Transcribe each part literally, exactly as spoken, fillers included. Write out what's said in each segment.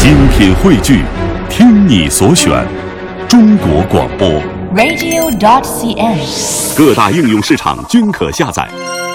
精品汇聚，听你所选，中国广播 radio dot c n， 各大应用市场均可下载。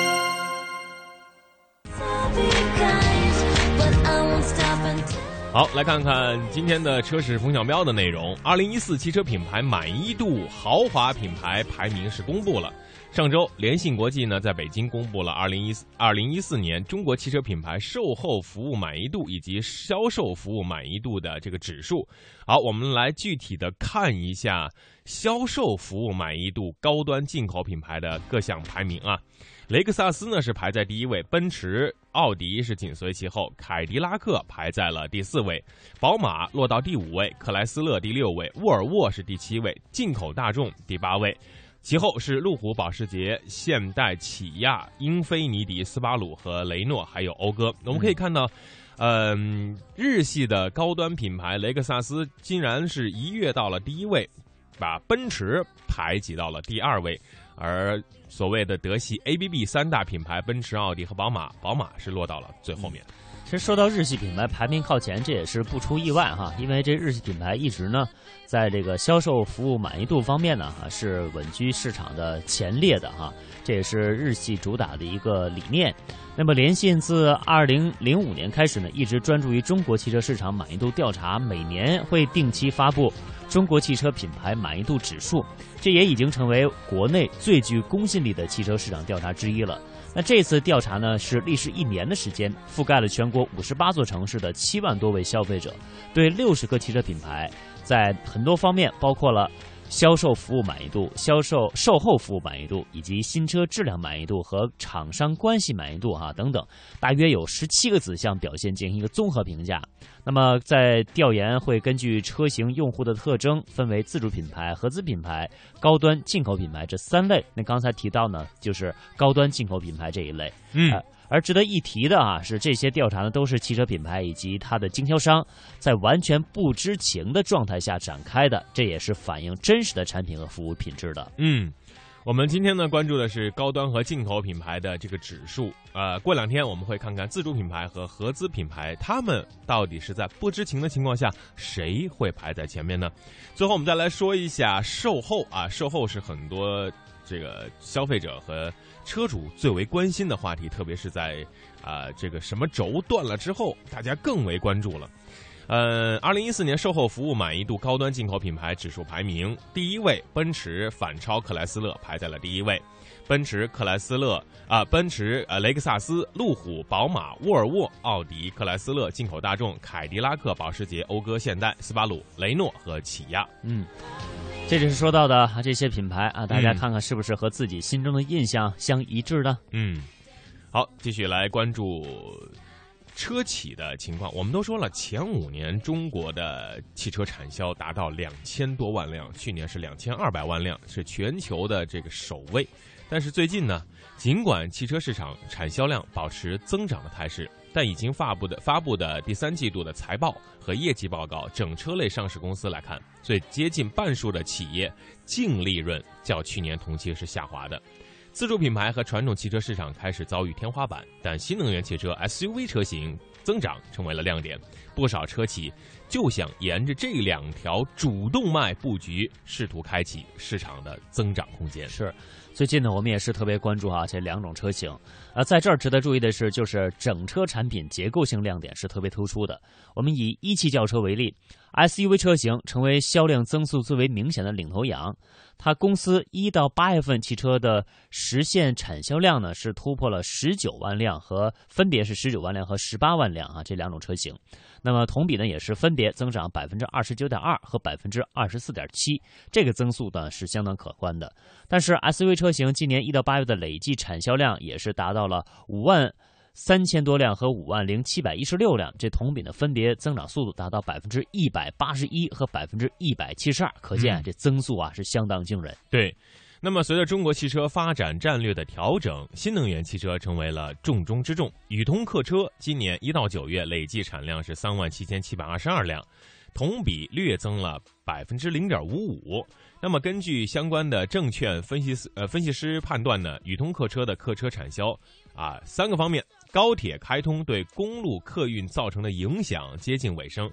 好，来看看今天的车市风向标的内容。二零一四汽车品牌满意度豪华品牌排名是公布了。上周，联信国际呢在北京公布了二零一四二零一四年中国汽车品牌售后服务满意度以及销售服务满意度的这个指数。好，我们来具体的看一下销售服务满意度高端进口品牌的各项排名啊。雷克萨斯呢是排在第一位，奔驰、奥迪是紧随其后，凯迪拉克排在了第四位，宝马落到第五位，克莱斯勒第六位，沃尔沃是第七位，进口大众第八位，其后是路虎、保时捷、现代、起亚、英菲尼迪、斯巴鲁和雷诺，还有讴歌。我们可以看到，嗯、呃，日系的高端品牌雷克萨斯竟然是一跃到了第一位，把奔驰排挤到了第二位。而所谓的德系 A B B 三大品牌奔驰、奥迪和宝马，宝马是落到了最后面。 其实说到日系品牌排名靠前，这也是不出意外哈，因为这日系品牌一直呢，在这个销售服务满意度方面呢，是稳居市场的前列的哈，这也是日系主打的一个理念。那么联信自二零零五年开始呢，一直专注于中国汽车市场满意度调查，每年会定期发布中国汽车品牌满意度指数，这也已经成为国内最具公信力的汽车市场调查之一了。那这次调查呢，是历时一年的时间，覆盖了全国五十八座城市的七万多位消费者，对六十个汽车品牌，在很多方面，包括了销售服务满意度、销售售后服务满意度，以及新车质量满意度和厂商关系满意度哈、啊、等等，大约有十七个子项表现进行一个综合评价。那么在调研会根据车型用户的特征，分为自主品牌、合资品牌、高端进口品牌这三类。那刚才提到呢，就是高端进口品牌这一类。嗯。呃而值得一提的啊，是这些调查呢都是汽车品牌以及它的经销商在完全不知情的状态下展开的，这也是反映真实的产品和服务品质的。 嗯，我们今天呢关注的是高端和进口品牌的这个指数。呃，过两天我们会看看自主品牌和合资品牌，他们到底是在不知情的情况下，谁会排在前面呢？最后我们再来说一下售后啊，售后是很多这个消费者和车主最为关心的话题，特别是在啊、呃、这个什么轴断了之后，大家更为关注了。呃，二零一四年售后服务满意度高端进口品牌指数排名，第一位奔驰反超克莱斯勒排在了第一位，奔驰、克莱斯勒啊、呃，奔驰、呃雷克萨斯、路虎、宝马、沃尔沃、奥迪、克莱斯勒、进口大众、凯迪拉克、保时捷、讴歌、现代、斯巴鲁、雷诺和起亚。 嗯。这就是说到的这些品牌啊，大家看看是不是和自己心中的印象相一致呢？ 嗯，好，继续来关注车企的情况。我们都说了，前五年中国的汽车产销达到两千多万辆，去年是两千二百万辆，是全球的这个首位。但是最近呢，尽管汽车市场产销量保持增长的态势，但已经发布的发布的第三季度的财报和业绩报告，整车类上市公司来看，最接近半数的企业净利润较去年同期是下滑的。自主品牌和传统汽车市场开始遭遇天花板，但新能源汽车 S U V 车型增长成为了亮点。不少车企就想沿着这两条主动脉布局，试图开启市场的增长空间。 是。最近呢，我们也是特别关注啊这两种车型，呃，在这儿值得注意的是，就是整车产品结构性亮点是特别突出的。我们以一汽轿车为例 ，S U V 车型成为销量增速最为明显的领头羊。它公司一到八月份汽车的实现产销量呢是突破了十九万辆，和分别是十九万辆和十八万辆啊这两种车型。那么同比呢也是分别增长百分之二十九点二和百分之二十四点七，这个增速呢是相当可观的。但是 S U V 车型今年一到八月的累计产销量也是达到了五万三千多辆和五万零七百一十六辆，这同比呢分别增长速度达到百分之一百八十一和百分之一百七十二，可见、嗯、这增速啊是相当惊人。 对。那么随着中国汽车发展战略的调整，新能源汽车成为了重中之重。宇通客车今年一到九月累计产量是三万七千七百二十二辆，同比略增了百分之零点五五。那么根据相关的证券分析呃分析师判断呢，宇通客车的客车产销啊三个方面，高铁开通对公路客运造成的影响接近尾声。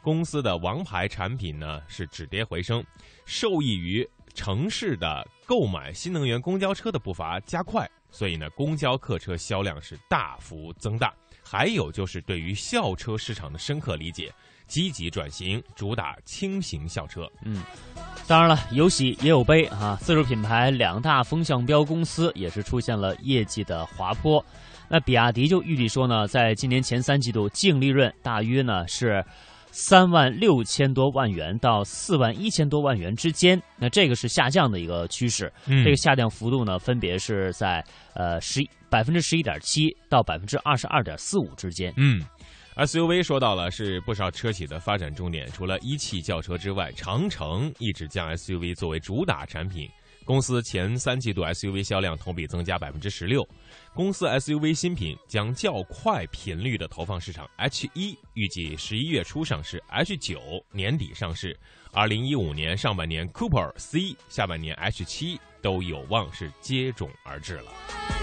公司的王牌产品呢是止跌回升，受益于城市的购买新能源公交车的步伐加快，所以呢，公交客车销量是大幅增大。还有就是对于校车市场的深刻理解，积极转型，主打轻型校车。 嗯，当然了，有喜也有悲啊。自主品牌两大风向标公司也是出现了业绩的滑坡。那比亚迪就预计说呢，在今年前三季度净利润大约呢是三万六千多万元到四万一千多万元之间，那这个是下降的一个趋势。嗯、这个下降幅度呢，分别是在呃十百分之十一点七到百分之二十二点四五之间。 嗯 ，S U V 说到了是不少车企的发展重点，除了一汽轿车之外，长城一直将 S U V 作为主打产品。公司前三季度 S U V 销量同比增加百分之十六。公司 S U V 新品将较快频率的投放市场 H 一，预计十一月初上市 ，H 九年底上市。二零一五年上半年 Cooper C， 下半年 H 七都有望是接踵而至了。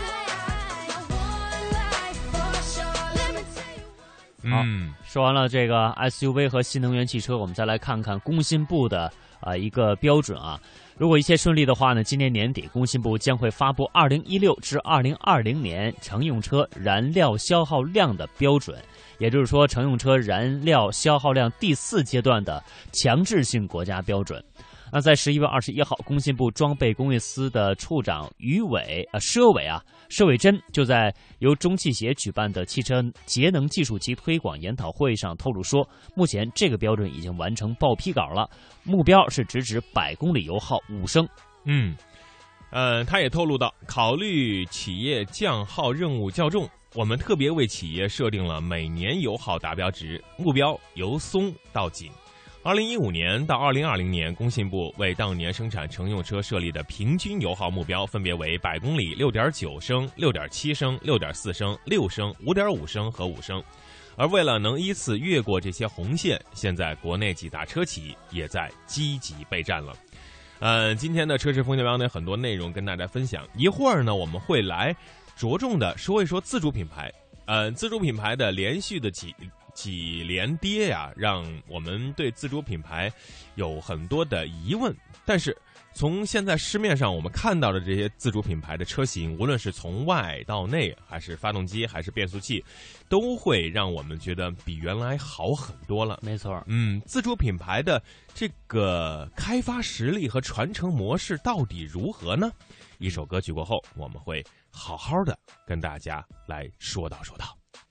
好，说完了这个 S U V 和新能源汽车，我们再来看看工信部的啊、呃、一个标准啊。如果一切顺利的话呢，今年年底工信部将会发布二零一六至二零二零年乘用车燃料消耗量的标准，也就是说乘用车燃料消耗量第四阶段的强制性国家标准。那在十一月二十一号，工信部装备工业司的处长于伟呃佘伟啊佘伟珍就在由中汽协举办的汽车节能技术及推广研讨会上透露说，目前这个标准已经完成报批稿了，目标是直指百公里油耗五升。 嗯，呃，他也透露到，考虑企业降耗任务较重，我们特别为企业设定了每年油耗达标值，目标由松到紧。二零一五年到二零二零年，工信部为当年生产乘用车设立的平均油耗目标分别为百公里六点九升、六点七升、六点四升、六升、五点五升和五升。而为了能依次越过这些红线，现在国内几大车企也在积极备战了。呃，今天的车市风向标呢，很多内容跟大家分享。一会儿呢，我们会来着重的说一说自主品牌。呃，自主品牌的连续的几几连跌呀，让我们对自主品牌有很多的疑问。但是从现在市面上我们看到的这些自主品牌的车型，无论是从外到内，还是发动机，还是变速器，都会让我们觉得比原来好很多了。 没错， 嗯，自主品牌的这个开发实力和传承模式到底如何呢？一首歌曲过后，我们会好好的跟大家来说道说道。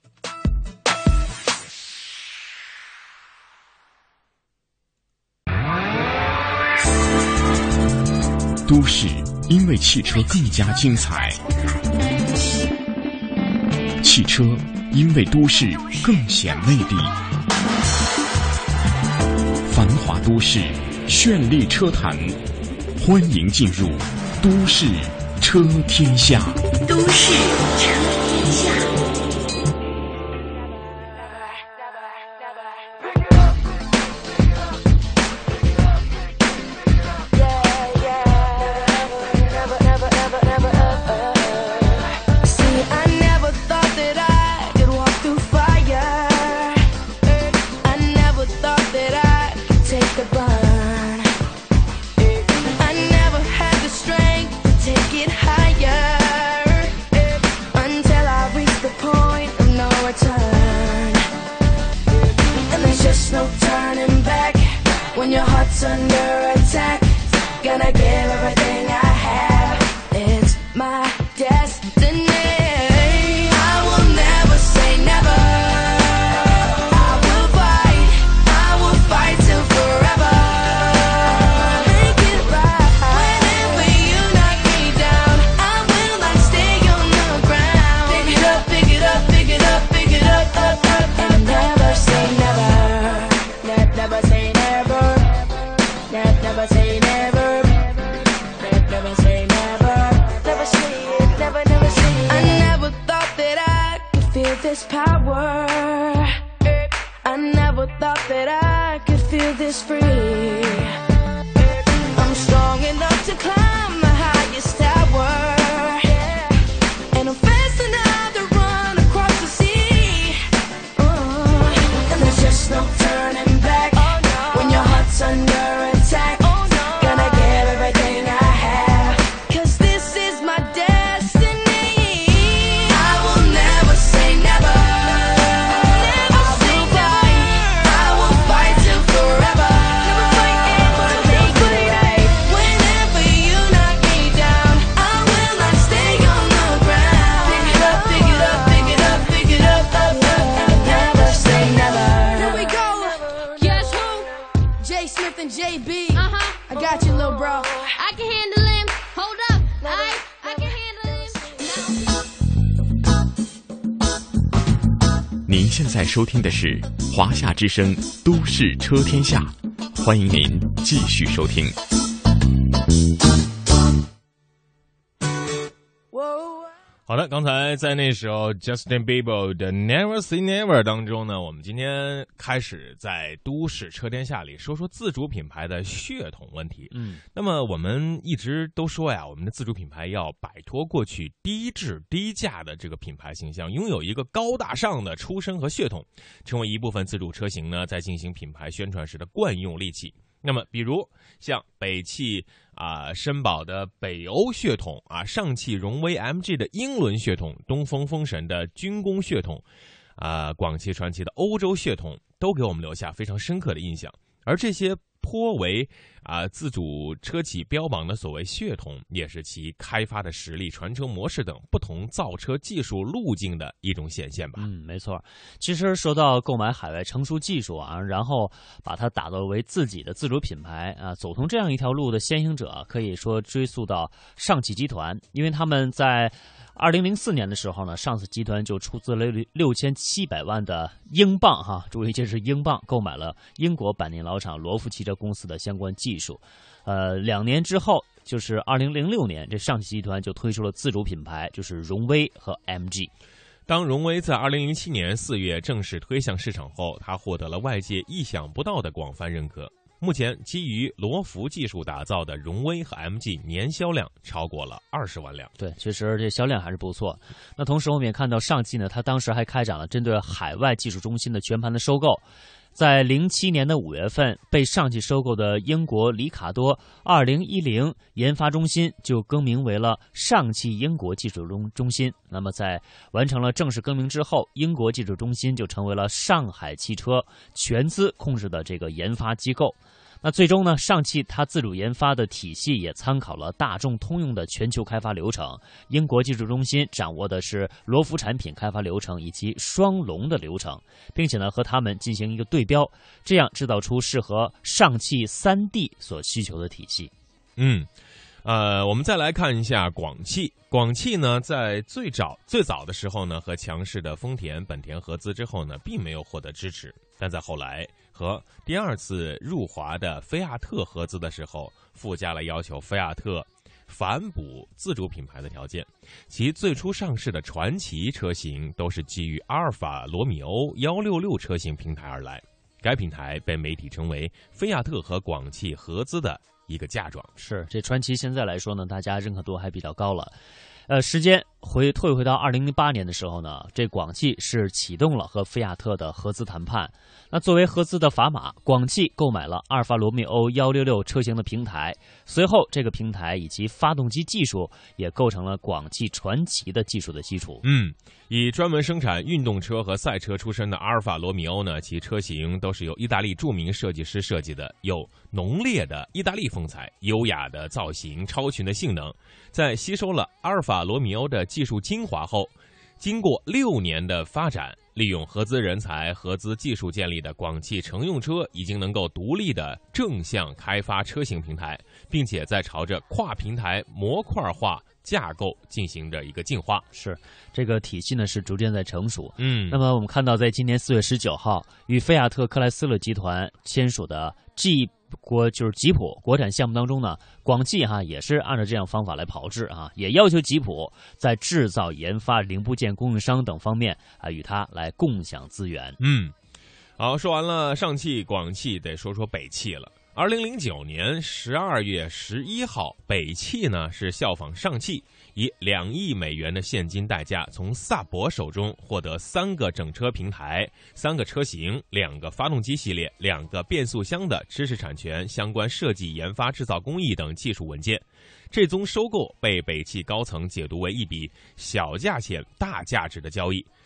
都市因为汽车更加精彩，汽车因为都市更显魅力。繁华都市，绚丽车坛，欢迎进入都市车天下。 都市车天下。When your heart's under attack, gonna give everything I have. It's my destiny. I will never say never. I will fight, I will fight till forever. Make it right. Whenever you knock me down, I will not stay on the ground. Pick it up, pick it up, pick it up, pick it up, up, up, and never say never. Ne- never say never. Never say never. Never say never. Never say it. Never, never say it. I never thought that I could feel this power. I never thought that I could feel this free. I'm strong enough to climb the highest tower. And I'm fast enough to run across the sea. Uh, and there's just no turning back. J B. Uh-huh. I got you, little bro. I can handle him. Hold up. I, I can handle him. 您现在收听的是华夏之声《都市车天下》，欢迎您继续收听。 好的，刚才在那首 Justin Bieber 的 Never Say Never 当中呢，我们今天开始在都市车天下里说说自主品牌的血统问题。嗯，那么我们一直都说呀，我们的自主品牌要摆脱过去低质低价的这个品牌形象，拥有一个高大上的出身和血统，成为一部分自主车型呢在进行品牌宣传时的惯用利器。那么比如像北汽啊、呃、绅宝的北欧血统啊，上汽荣威 M G 的英伦血统，东风风神的军工血统啊、呃，广汽传祺的欧洲血统，都给我们留下非常深刻的印象。而这些颇为啊、呃、自主车企标榜的所谓血统，也是其开发的实力、传承模式等不同造车技术路径的一种显现吧。 嗯，没错。其实说到购买海外成熟技术啊，然后把它打造为自己的自主品牌啊，走通这样一条路的先行者，可以说追溯到上汽集团，因为他们在二零零四年的时候呢，上汽集团就出资了六千七百万的英镑哈，注意这是英镑，购买了英国百年老厂罗孚汽车公司的相关技术。呃，两年之后，就是二零零六年，这上汽集团就推出了自主品牌，就是荣威和 M G。 当荣威在二零零七年四月正式推向市场后，它获得了外界意想不到的广泛认可。目前，基于罗孚技术打造的荣威和 M G 年销量超过了二十万辆。 对，其实这销量还是不错。那同时，我们也看到上汽呢，它当时还开展了针对海外技术中心的全盘的收购。在零七年的五月份，被上汽收购的英国里卡多二零一零研发中心就更名为了上汽英国技术中中心。那么，在完成了正式更名之后，英国技术中心就成为了上海汽车全资控制的这个研发机构。那最终呢，上汽它自主研发的体系也参考了大众通用的全球开发流程，英国技术中心掌握的是罗孚产品开发流程以及双龙的流程，并且呢和他们进行一个对标，这样制造出适合上汽三 D 所需求的体系。 嗯。呃，我们再来看一下广汽。广汽呢，在最早最早的时候呢，和强势的丰田、本田合资之后呢，并没有获得支持。但在后来和第二次入华的菲亚特合资的时候，附加了要求菲亚特反哺自主品牌的条件。其最初上市的传祺车型都是基于阿尔法罗密欧一六六车型平台而来。该平台被媒体称为菲亚特和广汽合资的一个嫁妆。 是，这传祺现在来说呢，大家认可度还比较高了。呃，时间回退回到二零零八年的时候呢，这广汽是启动了和菲亚特的合资谈判。那作为合资的砝码，广汽购买了阿尔法罗密欧一六六车型的平台，随后这个平台以及发动机技术也构成了广汽传祺的技术的基础。 嗯，以专门生产运动车和赛车出身的阿尔法罗密欧呢，其车型都是由意大利著名设计师设计的，有浓烈的意大利风采、优雅的造型、超群的性能。在吸收了阿尔法罗密欧的技术精华后，经过六年的发展，利用合资人才、合资技术建立的广汽乘用车已经能够独立的正向开发车型平台，并且在朝着跨平台模块化架构进行着一个进化。 是，这个体系呢是逐渐在成熟。 嗯， 那么我们看到，在今年四月十九号，与菲亚特克莱斯勒集团签署的 G 国就是吉普国产项目当中呢，广汽哈也是按照这样方法来炮制啊，也要求吉普在制造、研发、零部件供应商等方面啊与它来共享资源。 嗯，好，说完了上汽、广汽，得说说北汽了。二零零九年十二月十一号，北汽呢是效仿上汽，以两亿美元的现金代价，从萨博手中获得三个整车平台、三个车型、两个发动机系列、两个变速箱的知识产权、相关设计、研发、制造工艺等技术文件。这宗收购被北汽高层解读为一笔小价钱大价值的交易。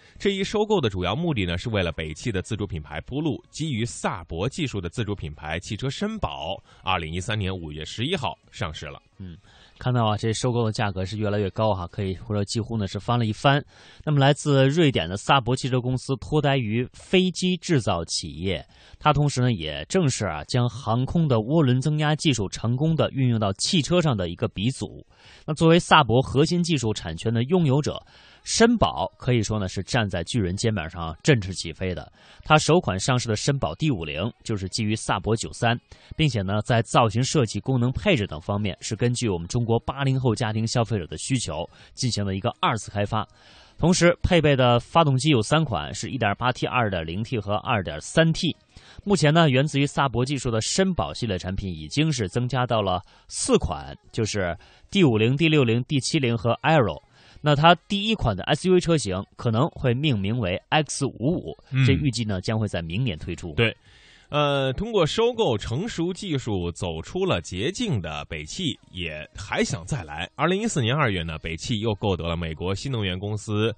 这一收购的主要目的呢，是为了北汽的自主品牌铺路。基于萨博技术的自主品牌汽车绅宝，二零一三年五月十一号上市了。 嗯，看到啊，这收购的价格是越来越高哈，可以或者几乎呢是翻了一番。那么来自瑞典的萨博汽车公司脱胎于飞机制造企业，它同时呢也正是啊将航空的涡轮增压技术成功的运用到汽车上的一个鼻祖。那作为萨博核心技术产权的拥有者，绅宝可以说呢是站在巨人肩膀上振翅起飞的。它首款上市的绅宝 D 五十 就是基于萨博九三，并且呢在造型设计、功能配置等方面是根据我们中国八零后家庭消费者的需求进行了一个二次开发。同时配备的发动机有三款，是 一点八 T、二点零 T 和 二点三 T。目前呢，源自于萨博技术的绅宝系列产品已经是增加到了四款，就是 D 五十、D 六十、D 七十和 Aero。那它第一款的 S U V 车型可能会命名为 X 五十五，这预计呢将会在明年推出。 对。呃，通过收购成熟技术走出了捷径的北汽，也还想再来。二零一四年二月呢，北汽又购得了美国新能源公司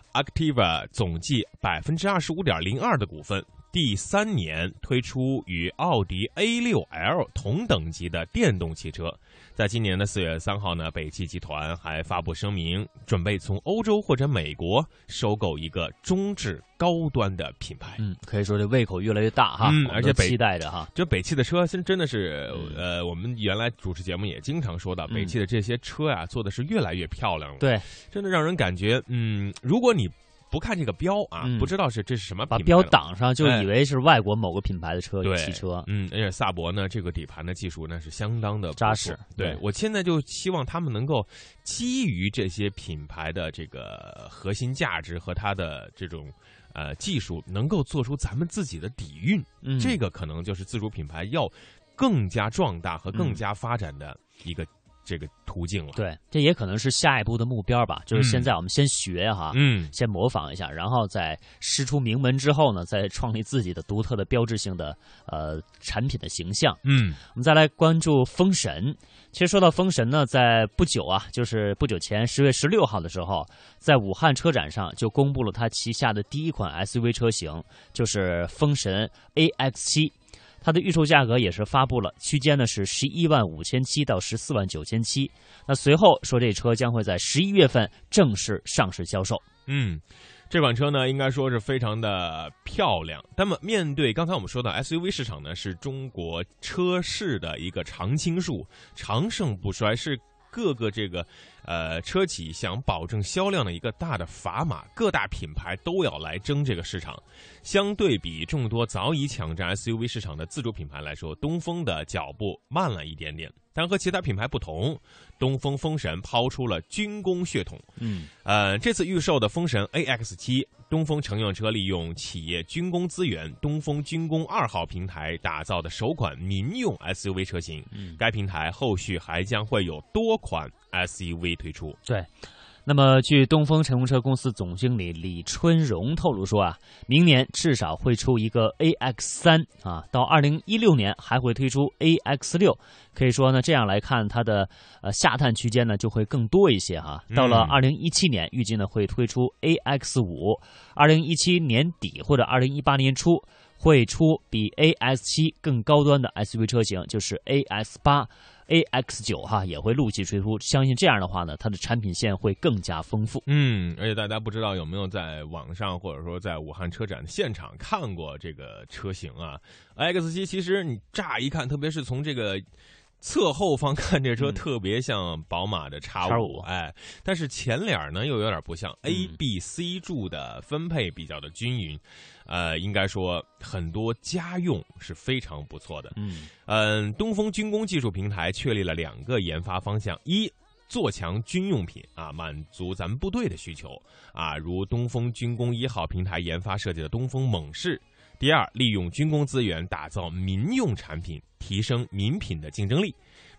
Activa 总计百分之二十五点零二的股份。第三年推出与奥迪 A 六 L 同等级的电动汽车。在今年的四月三号呢，北汽集团还发布声明，准备从欧洲或者美国收购一个中至高端的品牌。 嗯，可以说这胃口越来越大哈。 嗯，而且北期待着哈。 这北汽的车真真的是，呃，我们原来主持节目也经常说到，北汽的这些车呀、啊，做的是越来越漂亮了。 对， 真的让人感觉，嗯，如果你不看这个标啊， 嗯、 不知道是这是什么品牌， 把标挡上就以为是外国某个品牌的车， 对汽车。 嗯，而且萨博呢，这个底盘的技术呢是相当的扎实。 对，我现在就希望他们能够基于这些品牌的这个核心价值和它的这种呃技术，能够做出咱们自己的底蕴。 嗯， 这个可能就是自主品牌要更加壮大和更加发展的一个。这个途径了， 对，这也可能是下一步的目标吧。就是现在我们先学哈， 嗯， 先模仿一下，然后在师出名门之后呢，再创立自己的独特的标志性的呃产品的形象。 嗯， 我们再来关注风神。其实说到风神呢，在不久啊，就是不久前十月十六号的时候，在武汉车展上就公布了它旗下的第一款 S U V 车型，就是风神 A X 七。它的预售价格也是发布了，区间呢是十一万五千七到十四万九千七。那随后说这车将会在十一月份正式上市销售。 嗯，这款车呢应该说是非常的漂亮。那么面对刚才我们说的 S U V 市场呢，是中国车市的一个常青树，长盛不衰，是各个这个呃车企想保证销量的一个大的砝码，各大品牌都要来争这个市场。相对比众多早已抢占 S U V 市场的自主品牌来说，东风的脚步慢了一点点。但和其他品牌不同，东风风神抛出了军工血统。 嗯， 呃，这次预售的风神 A X 七，东风乘用车利用企业军工资源东风军工二号平台打造的首款民用 S U V 车型。 嗯， 该平台后续还将会有多款 S U V 推出。 对。那么，据东风乘用车公司总经理李春荣透露说啊，明年至少会出一个 A X 三啊，到二零一六年还会推出 A X 六。可以说呢，这样来看，它的呃下探区间呢就会更多一些哈。到了二零一七年，预计呢会推出 A X 五，二零一七年底或者二零一八年初会出比 A X 七更高端的 S U V 车型，就是 A X 八。A X 九 哈也会陆续推出，相信这样的话呢，它的产品线会更加丰富。 嗯，而且大家不知道有没有在网上或者说在武汉车展现场看过这个车型啊 ？X 七其实你乍一看，特别是从这个侧后方看，这车特别像宝马的 X 五、嗯，哎，但是前脸呢又有点不像、嗯、，A B C 柱的分配比较的均匀。呃，应该说很多家用是非常不错的。 嗯嗯，东风军工技术平台确立了两个研发方向：一，做强军用品啊，满足咱们部队的需求啊，如东风军工一号平台研发设计的东风猛士；第二，利用军工资源打造民用产品，提升民品的竞争力。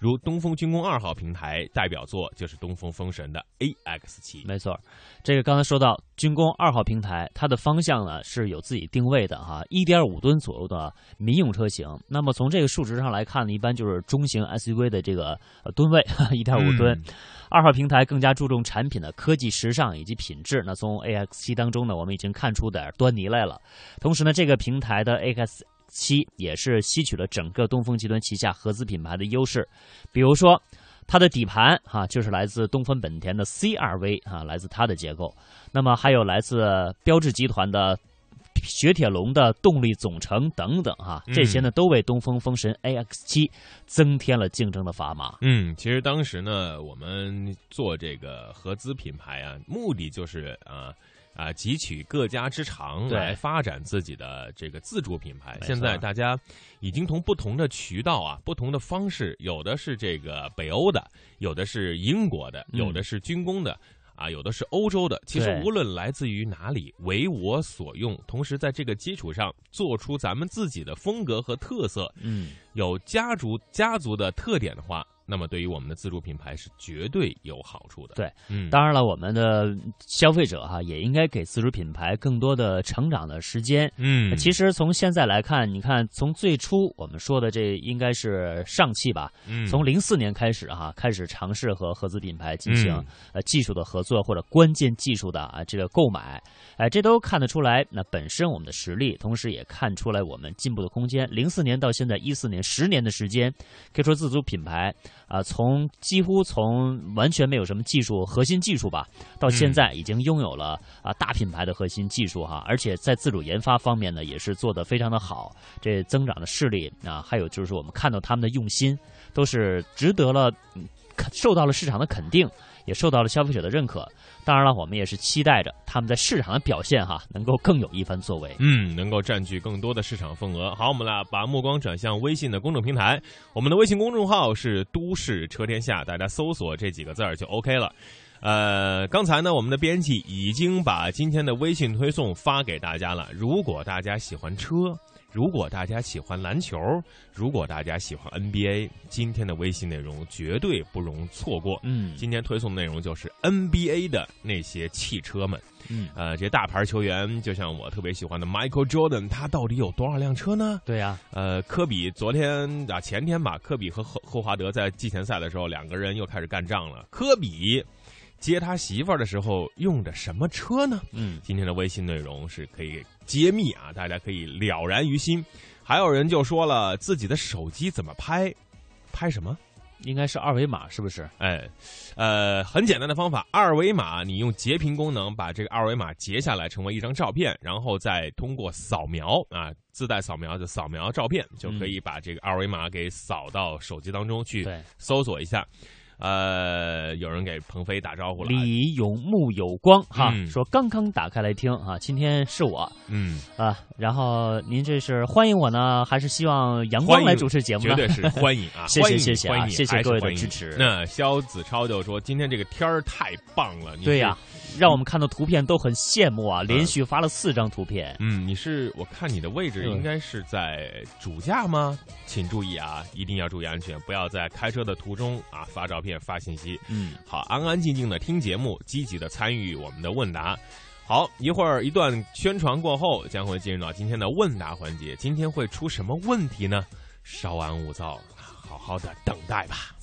如东风军工二号平台代表作就是东风风神的 A X 七。 没错，这个刚才说到军工二号平台，它的方向呢是有自己定位的哈， 一点五吨左右的民用车型。那么从这个数值上来看呢，一般就是中型 S U V 的这个吨位 一点五吨。嗯，二号平台更加注重产品的科技时尚以及品质，那从 A X 七 当中呢，我们已经看出点端倪来了。同时呢，这个平台的 A X 七也是吸取了整个东风集团旗下合资品牌的优势，比如说它的底盘哈、啊，就是来自东风本田的 C R V 啊，来自它的结构。那么还有来自标致集团的雪铁龙的动力总成等等哈、啊，这些呢都为东风风神 A X 七增添了竞争的砝码。 嗯，其实当时呢，我们做这个合资品牌啊，目的就是啊。啊，汲取各家之长来发展自己的这个自主品牌。现在大家已经从不同的渠道啊、不同的方式，有的是这个北欧的，有的是英国的，有的是军工的。嗯啊，有的是欧洲的，其实无论来自于哪里，为我所用。同时，在这个基础上做出咱们自己的风格和特色。嗯，有家族家族的特点的话，那么对于我们的自主品牌是绝对有好处的。 对， 嗯， 当然了，我们的消费者哈、啊、也应该给自主品牌更多的成长的时间。嗯，其实从现在来看，你看从最初我们说的这应该是上汽吧，嗯，从零四年开始哈、啊，开始尝试和合资品牌进行、嗯、呃技术的合作或者关键技术的啊这个购买，哎、呃，这都看得出来。那本身我们的实力，同时也看出来我们进步的空间。零四年到现在一四年，十年的时间，可以说自主品牌。啊、呃，从几乎从完全没有什么技术核心技术吧，到现在已经拥有了啊、呃、大品牌的核心技术哈，而且在自主研发方面呢，也是做得非常的好。这增长的势力啊，还有就是我们看到他们的用心，都是值得了，嗯、受到了市场的肯定，也受到了消费者的认可。当然了，我们也是期待着他们在市场的表现哈，能够更有一番作为， 嗯，能够占据更多的市场份额。好，我们来把目光转向微信的公众平台，我们的微信公众号是都市车天下，大家搜索这几个字儿就 OK 了。呃，刚才呢，我们的编辑已经把今天的微信推送发给大家了。如果大家喜欢车，如果大家喜欢篮球，如果大家喜欢 N B A， 今天的微信内容绝对不容错过。嗯，今天推送的内容就是 N B A 的那些汽车们。嗯，呃，这些大牌球员，就像我特别喜欢的 Michael Jordan， 他到底有多少辆车呢？ 对呀、啊， 呃，科比昨天啊前天吧，科比和霍霍华德在季前赛的时候，两个人又开始干仗了。科比接他媳妇儿的时候用的什么车呢？嗯，今天的微信内容是可以揭秘啊，大家可以了然于心。还有人就说了自己的手机怎么拍，拍什么？ 应该是二维码，是不是？ 哎，呃，很简单的方法，二维码你用截屏功能把这个二维码截下来成为一张照片，然后再通过扫描啊，自带扫描就扫描照片，就可以把这个二维码给扫到手机当中去搜索一下。呃，有人给鹏飞打招呼了， 李永木有光哈、嗯、说刚刚打开来听啊，今天是我，嗯啊，然后您这是欢迎我呢，还是希望阳光来主持节目呢？ 绝对是欢迎啊！ 谢谢谢谢啊，谢谢各位的支持。 那肖子超就说今天这个天儿太棒了， 对呀、啊，让我们看到图片都很羡慕啊，连续发了四张图片。 嗯，你是我看你的位置应该是在主驾吗？请注意啊，一定要注意安全，不要在开车的途中啊发照片。发信息，嗯，好，安安静静的听节目，积极的参与我们的问答。好，一会儿一段宣传过后，将会进入到今天的问答环节。今天会出什么问题呢？稍安勿躁，好好的等待吧。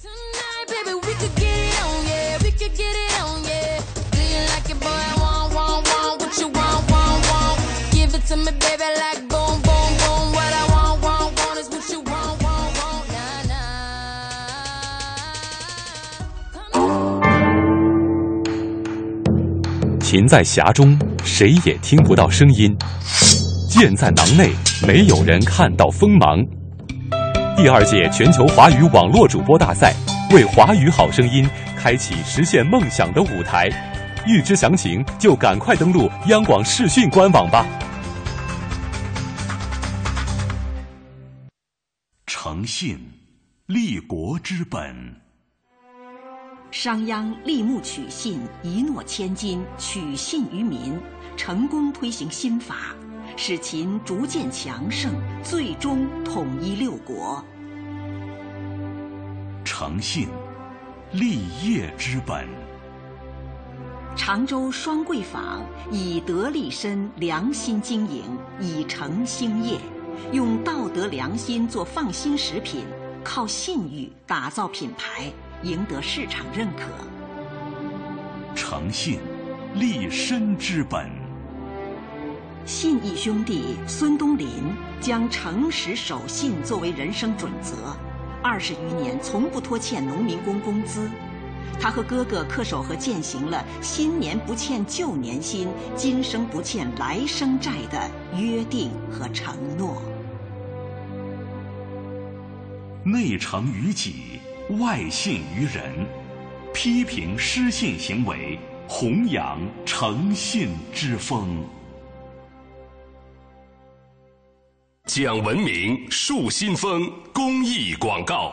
琴在匣中，谁也听不到声音；剑在囊内，没有人看到锋芒。第二届全球华语网络主播大赛为华语好声音开启实现梦想的舞台。预知详情，就赶快登录央广视讯官网吧。 诚信，立国之本。 商鞅立木取信，一诺千金，取信于民，成功推行新法，使秦逐渐强盛，最终统一六国。 诚信，立业之本。 常州双桂坊以德立身、良心经营，以诚兴业，用道德良心做放心食品，靠信誉打造品牌，赢得市场认可。 诚信，立身之本。 信义兄弟孙东林将诚实守信作为人生准则，二十余年从不拖欠农民工工资。他和哥哥恪守和践行了新年不欠旧年薪，今生不欠来生债的约定和承诺。 内诚于己，外信于人，批评失信行为，弘扬诚信之风。 讲文明树新风公益广告。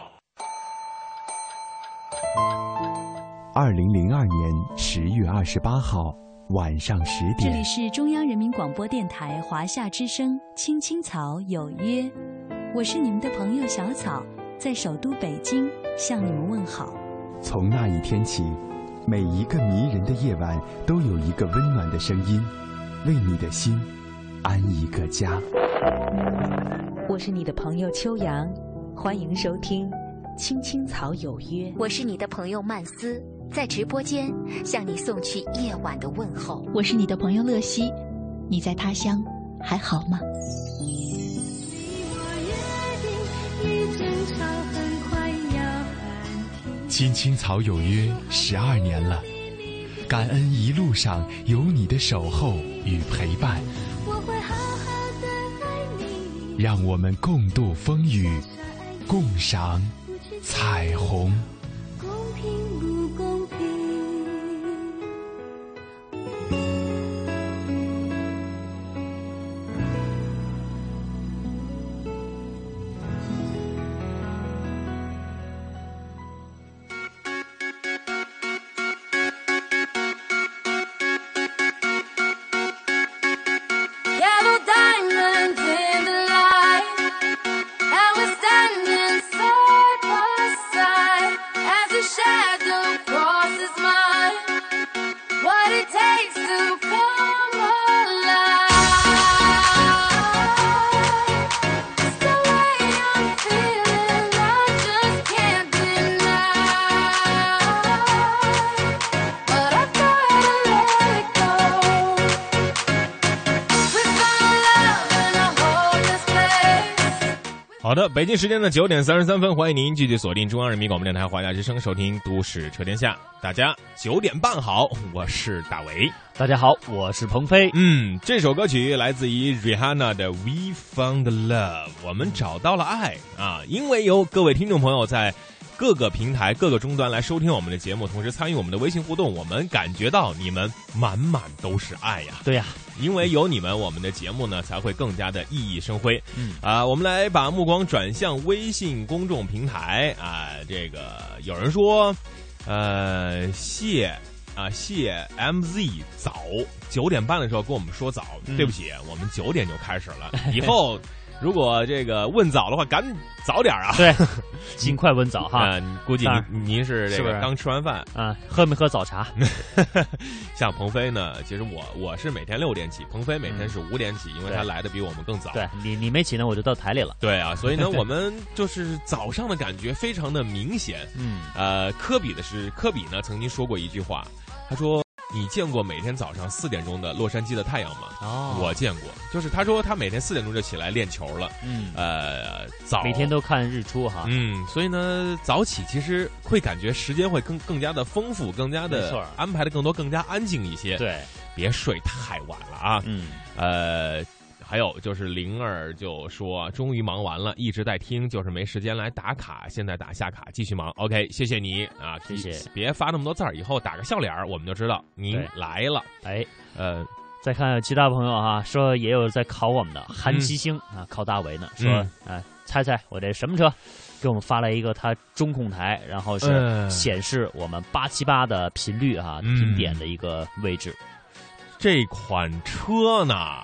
二零零二年十月二十八号晚上十点， 这里是中央人民广播电台华夏之声，青青草有约，我是你们的朋友小草，在首都北京向你们问好。 从那一天起，每一个迷人的夜晚都有一个温暖的声音，为你的心安一个家。 我是你的朋友秋阳，欢迎收听青青草有约。 我是你的朋友曼斯，在直播间向你送去夜晚的问候。 我是你的朋友乐西，你在他乡还好吗？ 青青草有约十二年了，感恩一路上有你的守候与陪伴， 我会好好的爱你， 让我们共度风雨，共赏彩虹。 公平不公平？ 好的，北京时间的九点三十三分，欢迎您继续锁定中央人民广播电台华夏之声，收听《都市车天下》。大家九点半好，我是大为。 大家好，我是鹏飞。 嗯，这首歌曲来自于 Rihanna 的《We Found Love》，我们找到了爱啊！因为有各位听众朋友在各个平台、各个终端来收听我们的节目，同时参与我们的微信互动，我们感觉到你们满满都是爱呀！ 对呀。 因为有你们，我们的节目呢才会更加的熠熠生辉。 嗯啊、呃，我们来把目光转向微信公众平台啊、呃，这个有人说，呃，谢啊谢 M Z 早九点半的时候跟我们说早， 嗯、 对不起，我们九点就开始了，以后。如果这个问早的话，赶紧早点啊！ 对，尽快问早哈。 嗯、估计您您是这个刚吃完饭啊，喝没喝早茶？ 像鹏飞呢，其实我我是每天六点起，鹏飞每天是五点起，因为他来的比我们更早。 对你你没起呢，我就到台里了。 对啊，所以呢，我们就是早上的感觉非常的明显。 嗯， 呃，科比的是科比呢曾经说过一句话，他说。你见过每天早上四点钟的洛杉矶的太阳吗？ 哦， 我见过，就是他说他每天四点钟就起来练球了。 嗯， 呃，早每天都看日出哈。 嗯，所以呢，早起其实会感觉时间会更更加的丰富，更加的安排的更多，更加安静一些。 对， 别睡太晚了啊。 嗯， 呃。还有就是灵儿就说终于忙完了，一直在听，就是没时间来打卡，现在打下卡继续忙。 OK， 谢谢你啊， 谢谢。 别发那么多字儿，以后打个笑脸我们就知道您来了。 哎， 呃， 再看其他朋友哈、啊，说也有在考我们的韩七星、嗯、啊，考大为呢，说、嗯、啊，猜猜我这什么车？给我们发来一个他中控台，然后是显示我们八七八的频率啊， 嗯、 频点的一个位置。 这款车呢？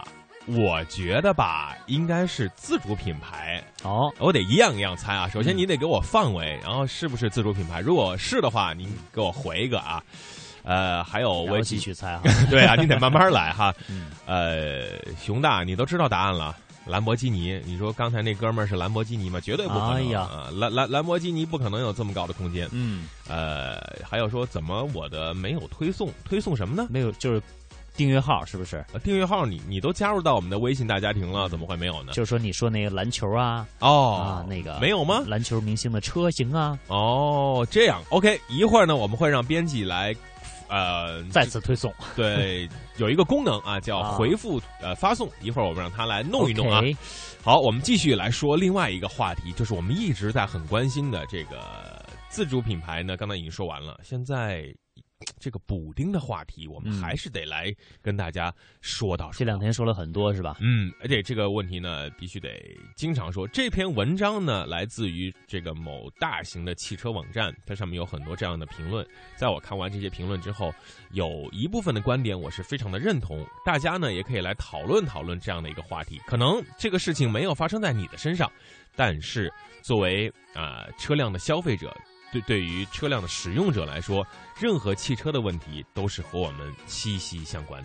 我觉得吧，应该是自主品牌哦。 我得一样一样猜啊。首先你得给我范围，然后是不是自主品牌？如果是的话，您给我回一个啊。呃，还有我继续猜哈。 对啊，你得慢慢来哈。 嗯、 呃，熊大，你都知道答案了。兰博基尼，你说刚才那哥们儿是兰博基尼吗？绝对不可能、 哎、呀啊！兰兰兰博基尼不可能有这么高的空间。 嗯， 呃，还有说怎么我的没有推送？推送什么呢？ 没有，就是订阅号是不是？ 呃、订阅号你你都加入到我们的微信大家庭了，怎么会没有呢？ 就是说你说那个篮球啊， 哦啊那个没有吗？ 篮球明星的车型啊， 哦这样 OK， 一会儿呢我们会让编辑来。呃， 再次推送， 对，有一个功能啊，叫回复、啊、呃发送。一会儿我们让他来弄一弄啊。 Okay. 好，我们继续来说另外一个话题，就是我们一直在很关心的这个自主品牌呢。刚才已经说完了，现在这个补丁的话题，我们还是得来跟大家说到说到。 这两天说了很多是吧？ 嗯，而且这个问题呢，必须得经常说。这篇文章呢，来自于这个某大型的汽车网站，它上面有很多这样的评论。在我看完这些评论之后，有一部分的观点我是非常的认同。大家呢也可以来讨论讨论这样的一个话题。可能这个事情没有发生在你的身上，但是作为啊、呃、车辆的消费者。对，对于车辆的使用者来说，任何汽车的问题都是和我们息息相关的。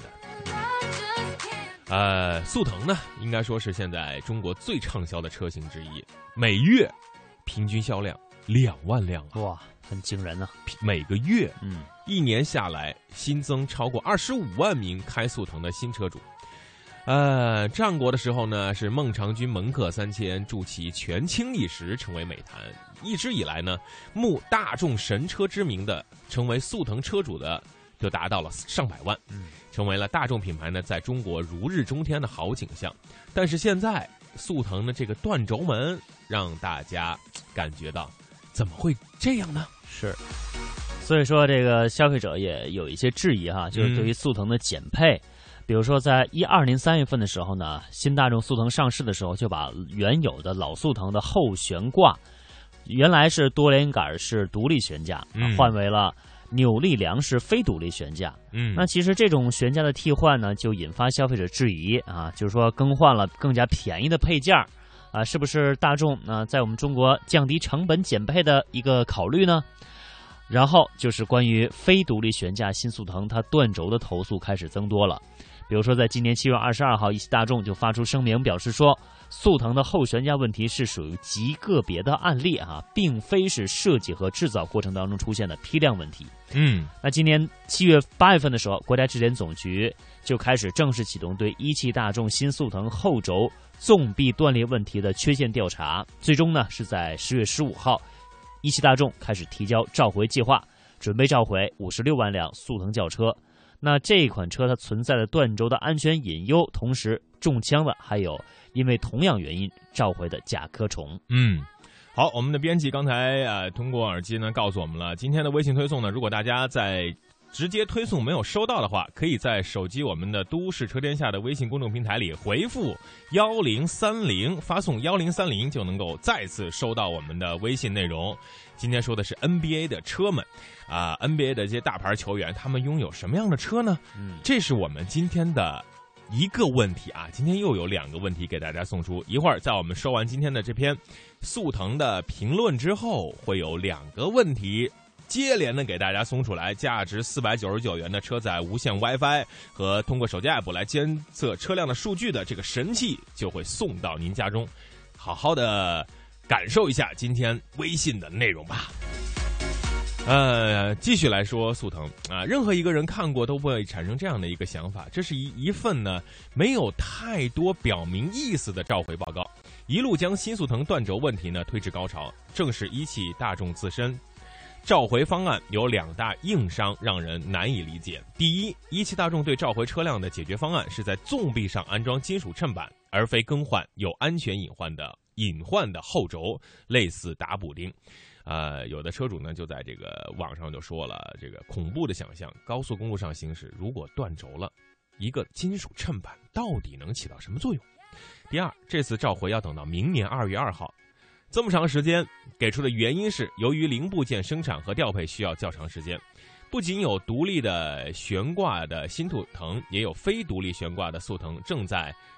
呃，速腾呢，应该说是现在中国最畅销的车型之一，每月平均销量两万辆、啊， 哇，很惊人啊！ 每个月， 嗯， 一年下来新增超过二十五万名开速腾的新车主。呃，战国的时候呢，是孟尝君门客三千，助其权倾一时，成为美谈。一直以来呢，慕大众神车之名的，成为速腾车主的，就达到了上百万， 嗯， 成为了大众品牌呢在中国如日中天的好景象。但是现在速腾的这个断轴门，让大家感觉到，怎么会这样呢？ 是。所以说，这个消费者也有一些质疑哈，就是对于速腾的减配。嗯，比如说，在一二年三月份的时候呢，新大众速腾上市的时候，就把原有的老速腾的后悬挂，原来是多连杆式独立悬架， 嗯、 换为了扭力梁式非独立悬架。 嗯， 那其实这种悬架的替换呢，就引发消费者质疑啊，就是说更换了更加便宜的配件啊，是不是大众啊在我们中国降低成本减配的一个考虑呢？然后就是关于非独立悬架新速腾它断轴的投诉开始增多了。比如说，在今年七月二十二号，一汽大众就发出声明，表示说，速腾的后悬架问题是属于极个别的案例啊，并非是设计和制造过程当中出现的批量问题。 嗯， 那今年七月八月份的时候，国家质检总局就开始正式启动对一汽大众新速腾后轴纵臂断裂问题的缺陷调查，最终呢是在十月十五号，一汽大众开始提交召回计划，准备召回五十六万辆速腾轿车。那这款车它存在的断轴的安全隐忧，同时中枪的还有因为同样原因召回的甲壳虫。 嗯，好，我们的编辑刚才呃通过耳机呢告诉我们了，今天的微信推送呢，如果大家在直接推送没有收到的话，可以在手机我们的都市车天下的微信公众平台里回复幺零三零，发送幺零三零就能够再次收到我们的微信内容。今天说的是 N B A 的车们啊、呃、，N B A 的这些大牌球员，他们拥有什么样的车呢？ 嗯， 这是我们今天的一个问题啊。今天又有两个问题给大家送出。一会儿在我们说完今天的这篇速腾的评论之后，会有两个问题接连的给大家送出来，价值四百九十九元的车载无线 WiFi 和通过手机 app 来监测车辆的数据的这个神器就会送到您家中，好好的感受一下今天微信的内容吧。呃，继续来说速腾啊，任何一个人看过都会产生这样的一个想法，这是一一份呢没有太多表明意思的召回报告，一路将新速腾断轴问题呢推至高潮，正是一汽大众自身。召回方案有两大硬伤，让人难以理解。第一，一汽大众对召回车辆的解决方案是在纵臂上安装金属衬板，而非更换有安全隐患的隐患的后轴，类似打补丁。呃，有的车主呢就在这个网上就说了，这个恐怖的想象，高速公路上行驶，如果断轴了，一个金属衬板到底能起到什么作用？第二，这次召回要等到明年二月二号。这么长时间给出的原因是，由于零部件生产和调配需要较长时间，不仅有独立的悬挂的新速腾，也有非独立悬挂的速腾正在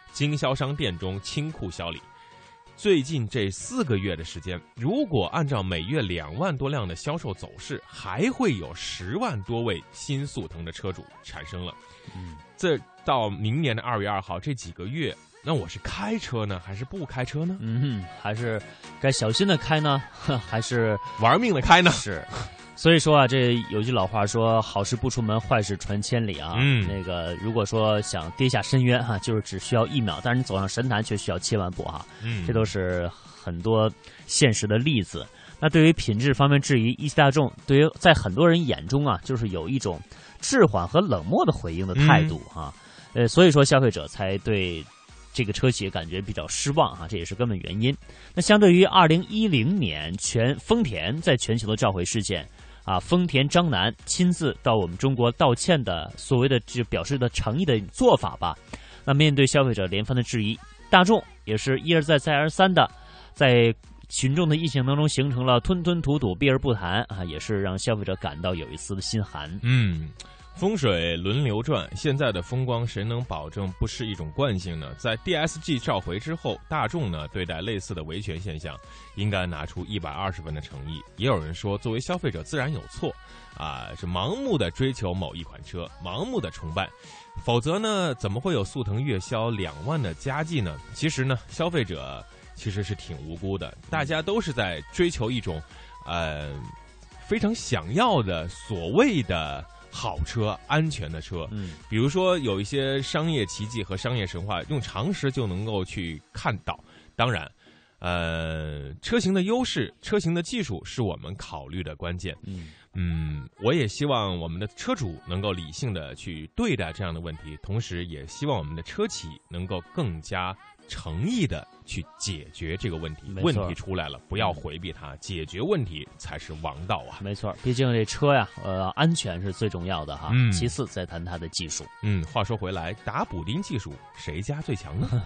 经销商店中清库销礼。最近这四个月的时间，如果按照每月两万多辆的销售走势，还会有十万多位新速腾的车主产生了。 嗯， 这到明年的二月二号这几个月，那我是开车呢，还是不开车呢？ 嗯，还是该小心的开呢，还是玩命的开呢？ 是。所以说啊，这有句老话说，好事不出门，坏事传千里啊。 嗯， 那个如果说想跌下深渊哈、啊，就是只需要一秒，但是你走上神坛却需要千万步哈、啊。 嗯， 这都是很多现实的例子。那对于品质方面质疑，一汽大众对于在很多人眼中啊，就是有一种滞缓和冷漠的回应的态度哈、嗯。呃，所以说消费者才对这个车企感觉比较失望啊，这也是根本原因。那相对于二零一零年全丰田在全球的召回事件。啊，丰田章男亲自到我们中国道歉的所谓的就表示的诚意的做法吧。那面对消费者连番的质疑，大众也是一而再再而三的在群众的印象当中形成了吞吞吐吐避而不谈啊，也是让消费者感到有一丝的心寒。 嗯。风水轮流转，现在的风光谁能保证不是一种惯性呢？在 D S G 召回之后，大众呢对待类似的维权现象，应该拿出一百二十分的诚意。也有人说，作为消费者自然有错，啊，是盲目的追求某一款车，盲目的崇拜，否则呢，怎么会有速腾月销两万的佳绩呢？其实呢，消费者其实是挺无辜的，大家都是在追求一种，呃，非常想要的所谓的。好车，安全的车， 嗯， 比如说有一些商业奇迹和商业神话，用常识就能够去看到。当然，呃，车型的优势、车型的技术是我们考虑的关键。 嗯嗯，我也希望我们的车主能够理性的去对待这样的问题，同时也希望我们的车企能够更加诚意的去解决这个问题。问题出来了，不要回避它，解决问题才是王道啊！ 没错，毕竟这车呀，呃，安全是最重要的哈。 嗯， 其次再谈它的技术。 嗯，话说回来，打补丁技术谁家最强呢？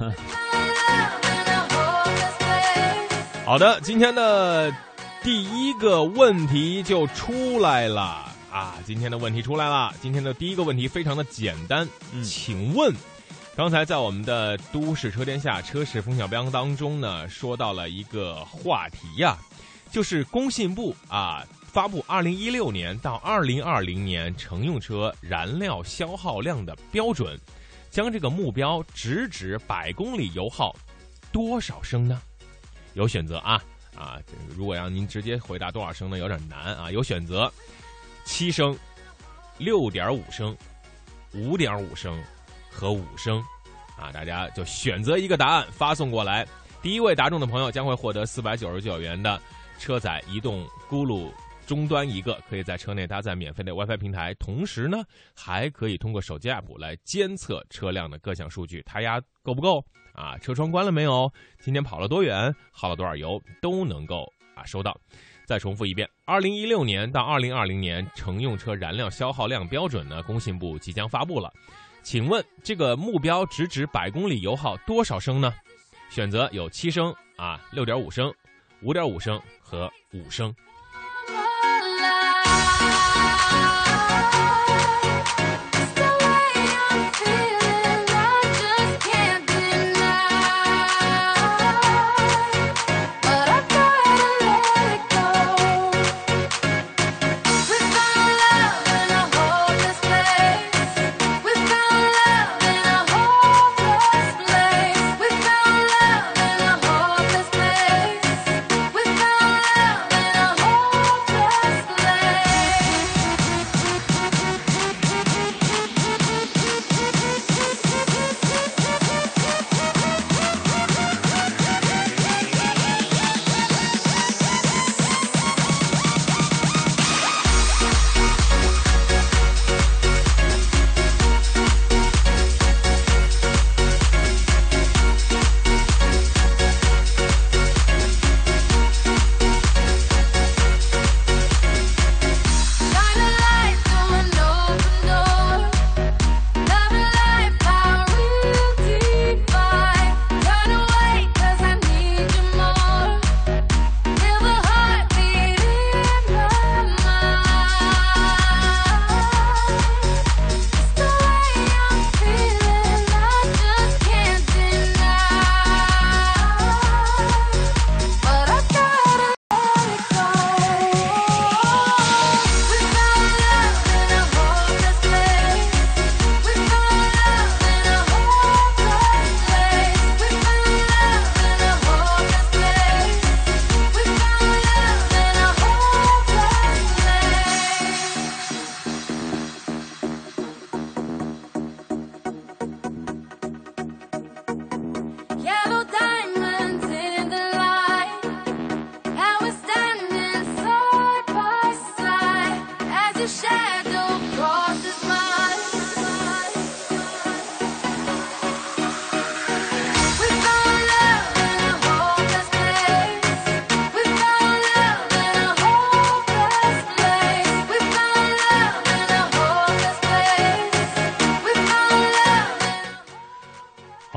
好的，今天的第一个问题就出来了啊！今天的问题出来了，今天的第一个问题非常的简单， 嗯、 请问。刚才在我们的都市车天下车市风向标当中呢，说到了一个话题呀、啊，就是工信部啊发布二零一六年到二零二零年乘用车燃料消耗量的标准，将这个目标直指百公里油耗多少升呢？有选择啊啊，如果让您直接回答多少升呢，有点难啊。有选择：七升、六点五升、五点五升。和五升，啊，大家就选择一个答案发送过来。第一位答中的朋友将会获得四百九十九元的车载移动咕噜终端一个，可以在车内搭载免费的 WiFi 平台，同时呢，还可以通过手机 app 来监测车辆的各项数据，胎压够不够啊？车窗关了没有？今天跑了多远？耗了多少油？都能够啊收到。再重复一遍，二零一六年到二零二零年乘用车燃料消耗量标准呢，工信部即将发布了。请问这个目标直指百公里油耗多少升呢？选择有七升啊、六点五升、五点五升和五升。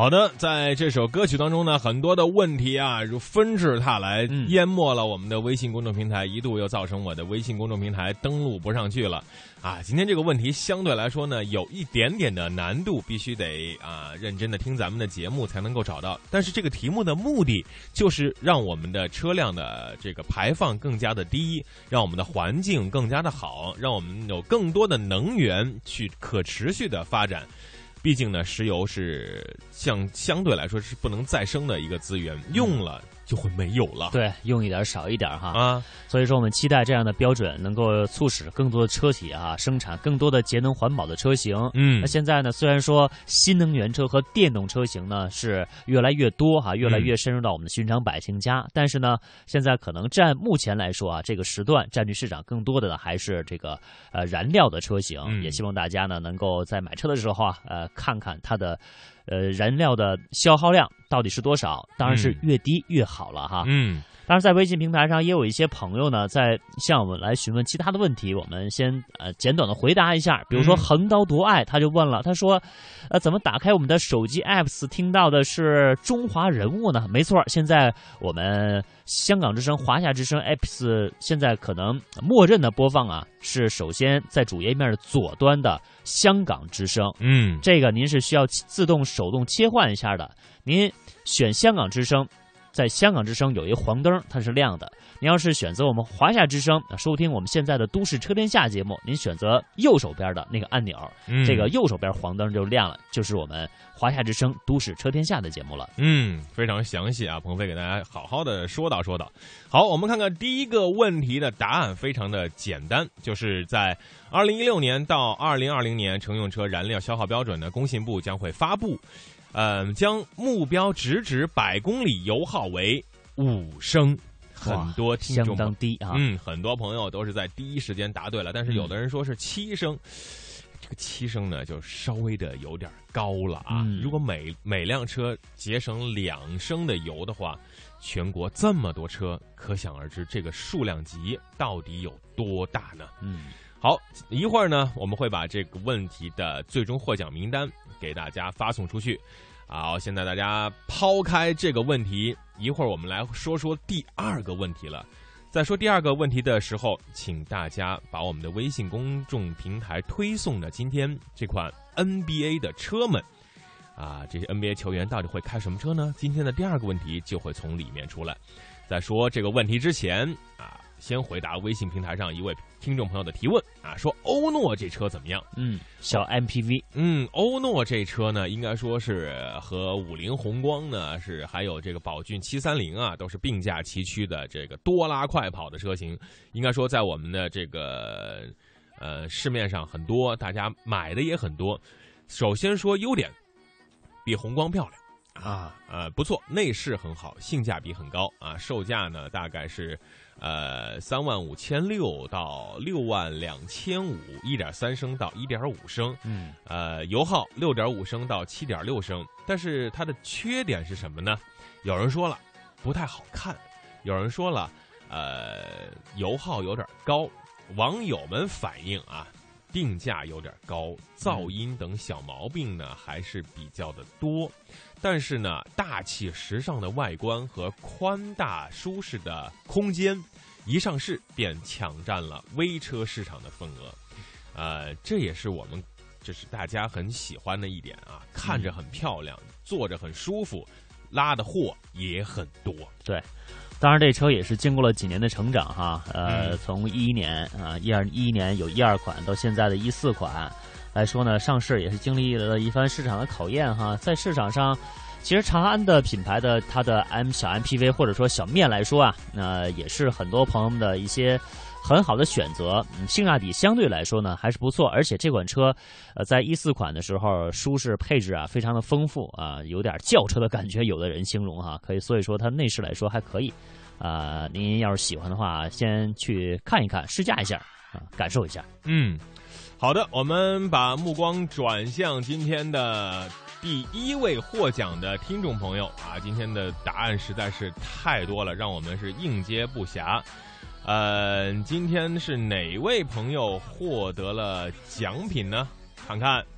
好的，在这首歌曲当中呢，很多的问题啊，如纷至沓来， 嗯、 淹没了我们的微信公众平台，一度又造成我的微信公众平台登录不上去了。啊，今天这个问题相对来说呢，有一点点的难度，必须得啊认真的听咱们的节目才能够找到。但是这个题目的目的就是让我们的车辆的这个排放更加的低，让我们的环境更加的好，让我们有更多的能源去可持续的发展。毕竟呢，石油是相相对来说是不能再生的一个资源，用了就会没有了。 对，用一点少一点哈啊。 所以说，我们期待这样的标准能够促使更多的车企啊生产更多的节能环保的车型。 嗯， 那现在呢，虽然说新能源车和电动车型呢是越来越多哈，越来越深入到我们的寻常百姓家，嗯、但是呢，现在可能占目前来说啊，这个时段占据市场更多的呢还是这个呃燃料的车型。嗯、也希望大家呢能够在买车的时候啊，呃。看看它的，呃，燃料的消耗量到底是多少？当然是越低越好了哈。 嗯， 当然在微信平台上也有一些朋友呢，在向我们来询问其他的问题，我们先呃简短的回答一下。比如说横刀夺爱，他就问了，他说，呃，怎么打开我们的手机 apps 听到的是中华人物呢？没错，现在我们香港之声、华夏之声 apps 现在可能默认的播放啊，是首先在主页面的左端的。香港之声， 嗯， 这个您是需要自动手动切换一下的。您选香港之声，在香港之声有一个黄灯，它是亮的。您要是选择我们华夏之声，收听我们现在的都市车天下节目，您选择右手边的那个按钮， 嗯、 这个右手边黄灯就亮了，就是我们华夏之声都市车天下的节目了。 嗯，非常详细啊，鹏飞给大家好好的说道说道。好，我们看看第一个问题的答案，非常的简单，就是在二零一六年到二零二零年乘用车燃料消耗标准呢，工信部将会发布，呃，将目标直指百公里油耗为五升。很多听众相当低啊， 嗯，很多朋友都是在第一时间答对了，但是有的人说是七升，嗯、这个七升呢就稍微的有点高了啊。 嗯、 如果每每辆车节省两升的油的话，全国这么多车，可想而知这个数量级到底有多大呢？ 嗯， 好，一会儿呢我们会把这个问题的最终获奖名单给大家发送出去。好，现在大家抛开这个问题，一会儿我们来说说第二个问题了。在说第二个问题的时候，请大家把我们的微信公众平台推送的今天这款 N B A 的车们，啊，这些 N B A 球员到底会开什么车呢？今天的第二个问题就会从里面出来。在说这个问题之前啊，先回答微信平台上一位听众朋友的提问啊，说欧诺这车怎么样？ 嗯，小 M P V。 嗯，欧诺这车呢，应该说是和五菱宏光呢，是还有这个宝骏七三零啊，都是并驾齐驱的这个多拉快跑的车型。应该说，在我们的这个呃市面上很多，大家买的也很多。首先说优点，比宏光漂亮。啊，呃，不错，内饰很好，性价比很高啊，售价呢大概是，呃，三万五千六到六万两千五，一点三升到一点五升， 嗯， 呃，油耗六点五升到七点六升，但是它的缺点是什么呢？有人说了，不太好看，有人说了，呃，油耗有点高，网友们反映啊。定价有点高，噪音等小毛病呢还是比较的多，但是呢，大气时尚的外观和宽大舒适的空间，一上市便抢占了微车市场的份额，呃，这也是我们就是大家很喜欢的一点啊，看着很漂亮，坐着很舒服，拉的货也很多， 对。当然，这车也是经过了几年的成长哈，呃， 嗯、 从一一年啊，一二一一年有一二款，到现在的一四款来说呢，上市也是经历了一番市场的考验哈。在市场上，其实长安的品牌的它的 M 小 M P V 或者说小面来说啊，那、呃、也是很多朋友们的一些很好的选择，嗯，性价比相对来说呢还是不错，而且这款车，呃，在一四款的时候，舒适配置啊非常的丰富啊，有点轿车的感觉，有的人形容哈，可以，所以说它内饰来说还可以，啊、呃，您要是喜欢的话，先去看一看，试驾一下啊，感受一下。 嗯，好的，我们把目光转向今天的第一位获奖的听众朋友啊，今天的答案实在是太多了，让我们是应接不暇。呃，今天是哪位朋友获得了奖品呢？看看，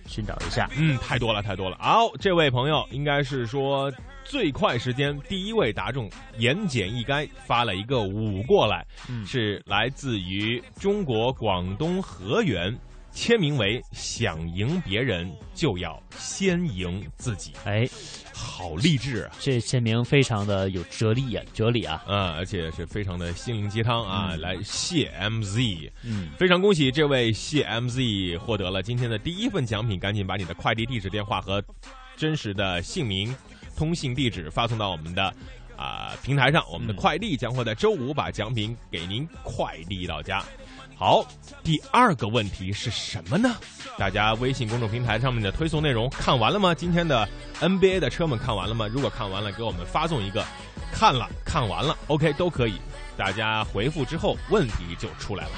寻找一下。 嗯，太多了，太多了。好，这位朋友应该是说最快时间第一位答中，言简意赅，发了一个五过来， 嗯、 是来自于中国广东河源，签名为“想赢别人就要先赢自己”。 哎， 好励志啊！ 这签名非常的有哲理啊，哲理啊， 嗯，而且是非常的心灵鸡汤啊！ 嗯、 来谢 M Z， 嗯， 非常恭喜这位谢 M Z 获得了今天的第一份奖品，赶紧把你的快递地址、电话和真实的姓名、通信地址发送到我们的啊、呃、平台上，我们的快递将会在周五把奖品给您快递到家。好，第二个问题是什么呢？大家微信公众平台上面的推送内容看完了吗？今天的 N B A 的车们看完了吗？如果看完了，给我们发送一个看了看完了 OK 都可以，大家回复之后问题就出来了。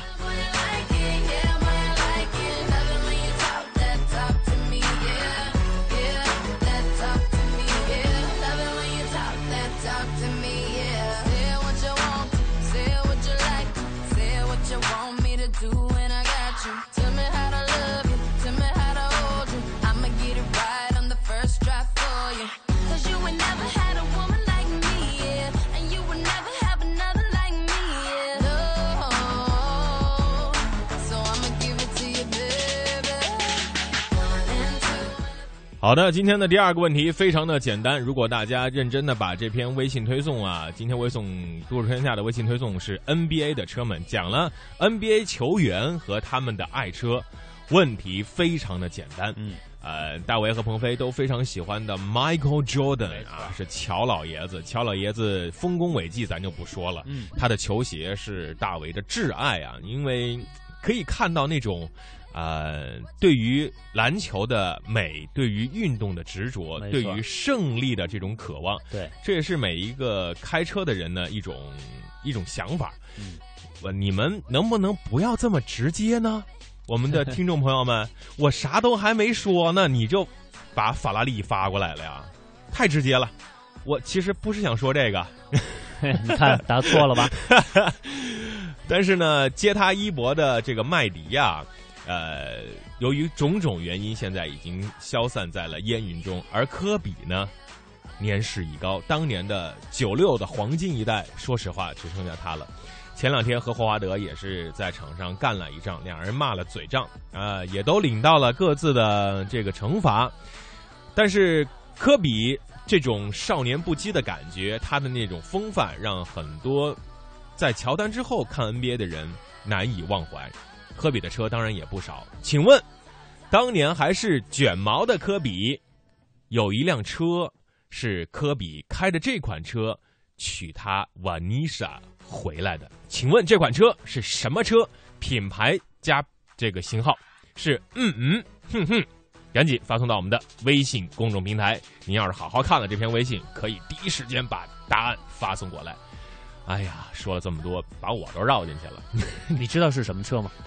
好的，今天的第二个问题非常的简单，如果大家认真的把这篇微信推送啊，今天微送都市天下的微信推送是 N B A 的车们，讲了 N B A 球员和他们的爱车，问题非常的简单。 嗯， 呃，大为和鹏飞都非常喜欢的 Michael Jordan 啊，是乔老爷子，乔老爷子丰功伟绩咱就不说了， 嗯， 他的球鞋是大为的挚爱啊，因为可以看到那种。呃，对于篮球的美，对于运动的执着，对于胜利的这种渴望， 对， 这也是每一个开车的人呢一种一种想法。 嗯， 我你们能不能不要这么直接呢？我们的听众朋友们，我啥都还没说呢，你就把法拉利发过来了呀，太直接了。我其实不是想说这个， 你看答错了吧？ 但是呢，接他衣钵的这个麦迪呀。呃，由于种种原因，现在已经消散在了烟云中。而科比呢，年事已高，当年的九六的黄金一代，说实话只剩下他了。前两天和霍华德也是在场上干了一仗，两人骂了嘴仗啊、呃，也都领到了各自的这个惩罚。但是科比这种少年不羁的感觉，他的那种风范，让很多在乔丹之后看 N B A 的人难以忘怀。科比的车当然也不少，请问，当年还是卷毛的科比，有一辆车是科比开的这款车娶他瓦妮莎回来的，请问这款车是什么车？品牌加这个型号是嗯嗯哼哼，赶紧发送到我们的微信公众平台。您要是好好看了这篇微信，可以第一时间把答案发送过来。哎呀，说了这么多，把我都绕进去了。 你知道是什么车吗？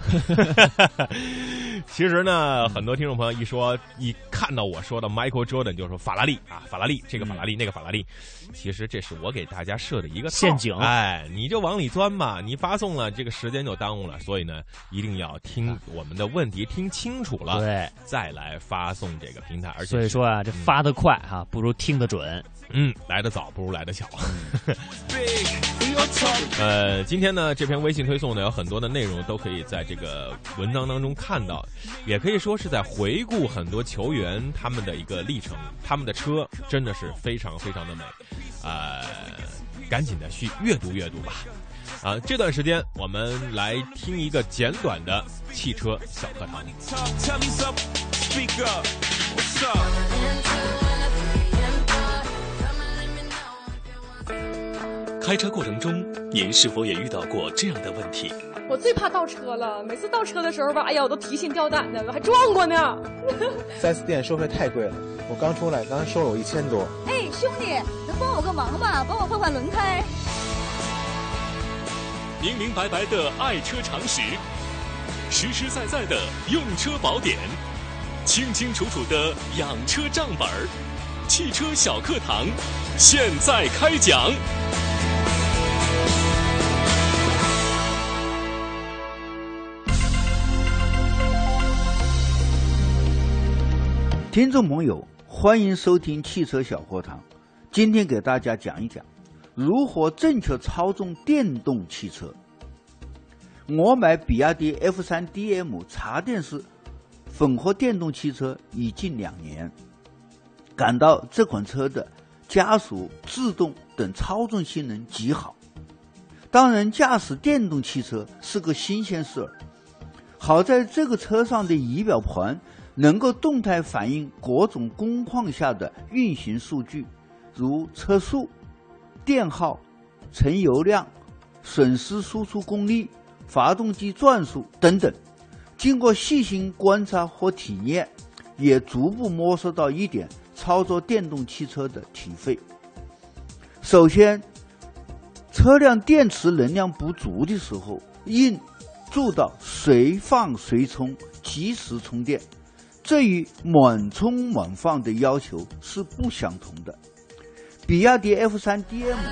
其实呢，很多听众朋友一说，一看到我说的 Michael Jordan 就说法拉利啊，法拉利，这个法拉利，嗯、那个法拉利。其实这是我给大家设的一个陷阱， 哎，你就往里钻吧。你发送了，这个时间就耽误了。所以呢，一定要听我们的问题听清楚了， 对， 再来发送这个平台。而且所以说啊，这发得快哈、啊，不如听得准。 嗯，来得早不如来得巧。呃，今天呢，这篇微信推送呢，有很多的内容都可以在这个文章当中看到，也可以说是在回顾很多球员他们的一个历程，他们的车真的是非常非常的美，呃，赶紧的去阅读阅读吧。啊，这段时间我们来听一个简短的汽车小课堂。 开车过程中，您是否也遇到过这样的问题？ 我最怕倒车了，每次倒车的时候吧，哎呀，我都提心吊胆的，我还撞过呢。 四 S 店收费太贵了，我刚出来，刚才收了我一千多。 哎，兄弟，能帮我个忙吗？帮我换换轮胎。 明明白白的爱车常识，实实在在的用车宝典，清清楚楚的养车账本儿。汽车小课堂，现在开讲。 听众朋友，欢迎收听汽车小课堂。今天给大家讲一讲如何正确操纵电动汽车。我买比亚迪 F 三 D M 插电式混合电动汽车已近两年，感到这款车的加速、制动等操纵性能极好。当然，驾驶电动汽车是个新鲜事儿。好在这个车上的仪表盘能够动态反映各种工况下的运行数据，如车速、电耗、乘油量、损失输出功率、发动机转速等等。经过细心观察和体验，也逐步摸索到一点操作电动汽车的体会。首先，车辆电池能量不足的时候，应做到随放随充，及时充电，这与猛充猛放的要求是不相同的。比亚迪 F 三 D M。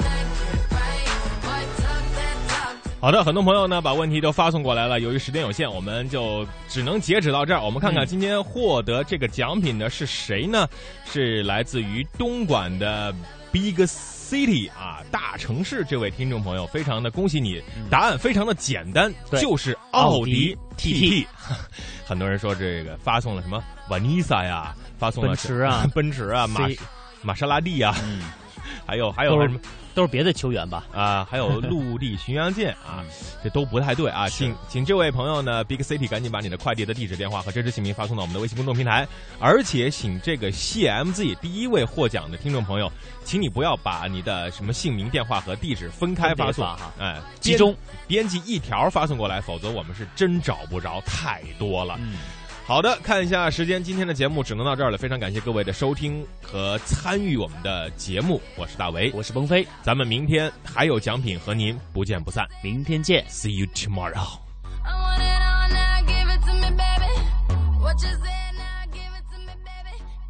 好的，很多朋友呢把问题都发送过来了，由于时间有限，我们就只能截止到这儿。我们看看今天获得这个奖品的是谁呢？是来自于东莞的 Big City 啊，大城市这位听众朋友，非常的恭喜你，答案非常的简单，就是奥迪 T T。很多人说这个发送了什么瓦尼萨呀，发送了奔驰啊， 奔驰啊，玛玛莎拉蒂啊，嗯、还有还有什么？ 都是别的球员吧？ 啊，还有陆地巡洋舰啊，这都不太对啊！请请这位朋友呢 ，Big City 赶紧把你的快递的地址、电话和真实姓名发送到我们的微信公众平台，而且请这个 C M Z 第一位获奖的听众朋友，请你不要把你的什么姓名、电话和地址分开发送哈，哎， 集中编辑一条发送过来，否则我们是真找不着，太多了。嗯好的，看一下时间，今天的节目只能到这儿了。非常感谢各位的收听和参与我们的节目，我是大为， 我是鹏飞， 咱们明天还有奖品和您不见不散， 明天见 ，See you tomorrow。